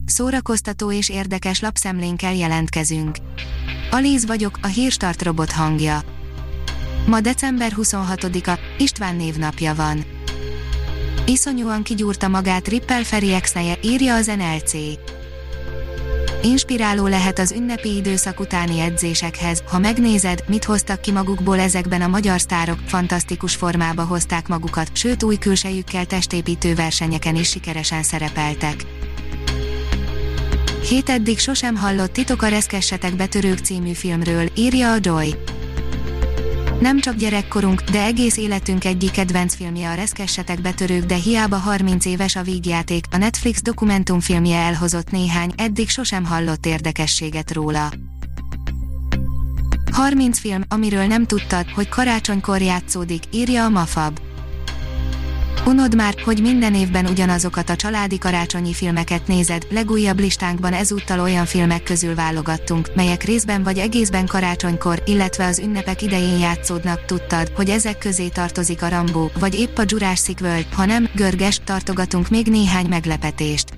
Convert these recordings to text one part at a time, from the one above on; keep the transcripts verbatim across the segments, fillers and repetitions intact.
szórakoztató és érdekes lapszemlénkkel jelentkezünk. Alíz vagyok, a Hírstart robot hangja. Ma december huszonhatodika, István névnapja van. Iszonyúan kigyúrta magát Rippel Feri ex-neje, írja az en el cé. Inspiráló lehet az ünnepi időszak utáni edzésekhez, ha megnézed, mit hoztak ki magukból ezekben a magyar sztárok, fantasztikus formába hozták magukat, sőt új külsejükkel testépítő versenyeken is sikeresen szerepeltek. Hét eddig sosem hallott titok a Reszkessetek betörők című filmről, írja a Joy. Nem csak gyerekkorunk, de egész életünk egyik kedvenc filmje a Reszkessetek betörők, de hiába harminc éves a vígjáték, a Netflix dokumentumfilmje elhozott néhány, eddig sosem hallott érdekességet róla. harminc film, amiről nem tudtad, hogy karácsonykor játszódik, írja a Mafab. Unod már, hogy minden évben ugyanazokat a családi karácsonyi filmeket nézed, legújabb listánkban ezúttal olyan filmek közül válogattunk, melyek részben vagy egészben karácsonykor, illetve az ünnepek idején játszódnak. Tudtad, hogy ezek közé tartozik a Rambo, vagy épp a Jurassic World, ha nem, görges, tartogatunk még néhány meglepetést.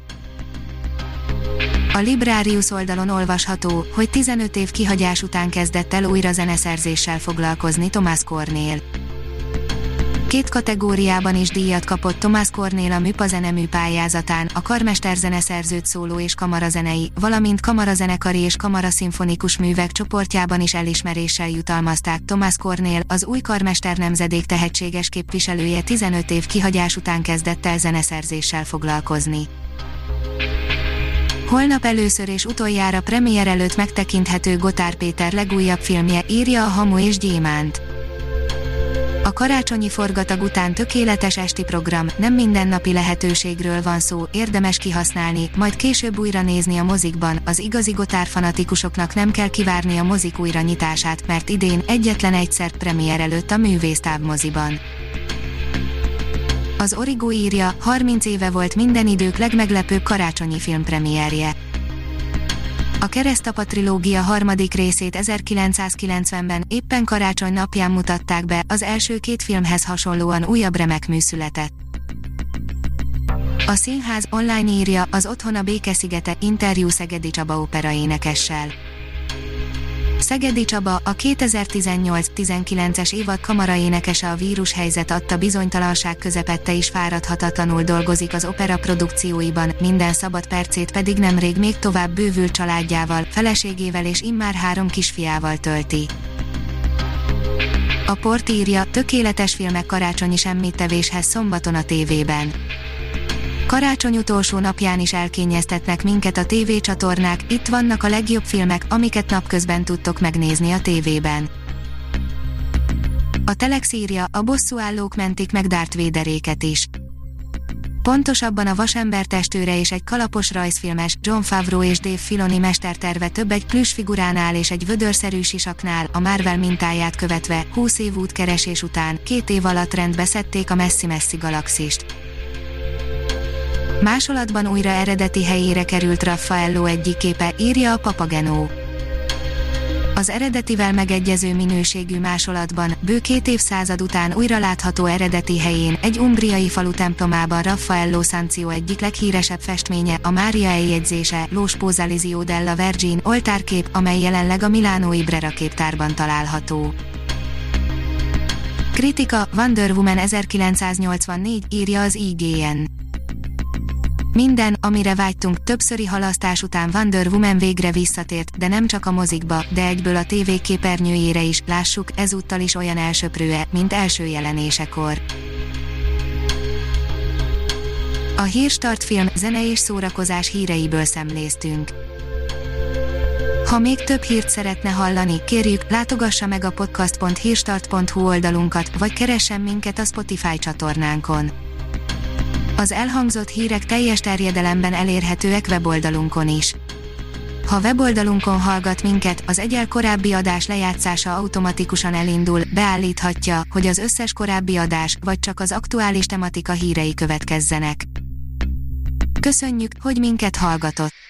A Librarius oldalon olvasható, hogy tizenöt év kihagyás után kezdett el újra zeneszerzéssel foglalkozni Thomas Cornél. Két kategóriában is díjat kapott Thomas Cornél a MÜPA zenemű pályázatán, a karmester zeneszerzőt szóló és kamarazenei, valamint kamarazenekari és kamaraszimfonikus művek csoportjában is elismeréssel jutalmazták. Thomas Cornél, az új karmester nemzedék tehetséges képviselője tizenöt év kihagyás után kezdett el zeneszerzéssel foglalkozni. Holnap először és utoljára premier előtt megtekinthető Gotár Péter legújabb filmje, írja a Hamu és Gyémánt. A karácsonyi forgatag után tökéletes esti program, nem mindennapi lehetőségről van szó, érdemes kihasználni, majd később újra nézni a mozikban. Az igazi Gotár fanatikusoknak nem kell kivárni a mozik újra nyitását, mert idén egyetlen egyszer premier előtt a Művésztáb moziban. Az Origo írja, harminc éve volt minden idők legmeglepőbb karácsonyi filmpremierje. A Keresztapa trilógia harmadik részét ezerkilencszázkilencvenben, éppen karácsony napján mutatták be, az első két filmhez hasonlóan újabb remek mű született. A Színház online írja, az Otthon a Béke-szigete, interjú Szegedi Csaba operaénekessel. Szegedi Csaba, a kétezer-tizennyolc-tizenkilences évad kamaraénekese a vírushelyzet adta bizonytalanság közepette is fáradhatatlanul dolgozik az opera produkcióiban, minden szabad percét pedig nemrég még tovább bővült családjával, feleségével és immár három kisfiával tölti. A Port írja, tökéletes filmek karácsonyi semmittevéshez szombaton a tévében. Karácsony utolsó napján is elkényeztetnek minket a tévécsatornák, itt vannak a legjobb filmek, amiket napközben tudtok megnézni a tévében. A Telex írja, a bosszúállók mentik meg Darth Vaderéket is. Pontosabban a Vasember testőre és egy kalapos rajzfilmes, Jon Favreau és Dave Filoni mesterterve több egy plüssfiguránál és egy vödörszerű sisaknál, a Marvel mintáját követve, húsz év útkeresés után, két év alatt rendbe szedték a messzi-messzi galaxist. Másolatban újra eredeti helyére került Raffaello egyik képe, írja a Papagenó. Az eredetivel megegyező minőségű másolatban, bő két évszázad után újra látható eredeti helyén, egy umbriai falu templomában Raffaello Sanzio egyik leghíresebb festménye, a Mária eljegyzése, Lo Sposalizio della Vergine oltárkép, amely jelenleg a milánói Brera képtárban található. Kritika, Wonder Woman ezerkilencszáznyolcvannégy, írja az i gé en. Minden, amire vágytunk, többszöri halasztás után Wonder Woman végre visszatért, de nem csak a mozikba, de egyből a tévék képernyőjére is, lássuk, ezúttal is olyan elsöprő-e, mint első jelenésekor. A Hírstart film, zene és szórakozás híreiből szemléztünk. Ha még több hírt szeretne hallani, kérjük, látogassa meg a podcast pont hírstart pont hu oldalunkat, vagy keressen minket a Spotify csatornánkon. Az elhangzott hírek teljes terjedelemben elérhetőek weboldalunkon is. Ha weboldalunkon hallgat minket, az egyel korábbi adás lejátszása automatikusan elindul, beállíthatja, hogy az összes korábbi adás, vagy csak az aktuális tematika hírei következzenek. Köszönjük, hogy minket hallgatott!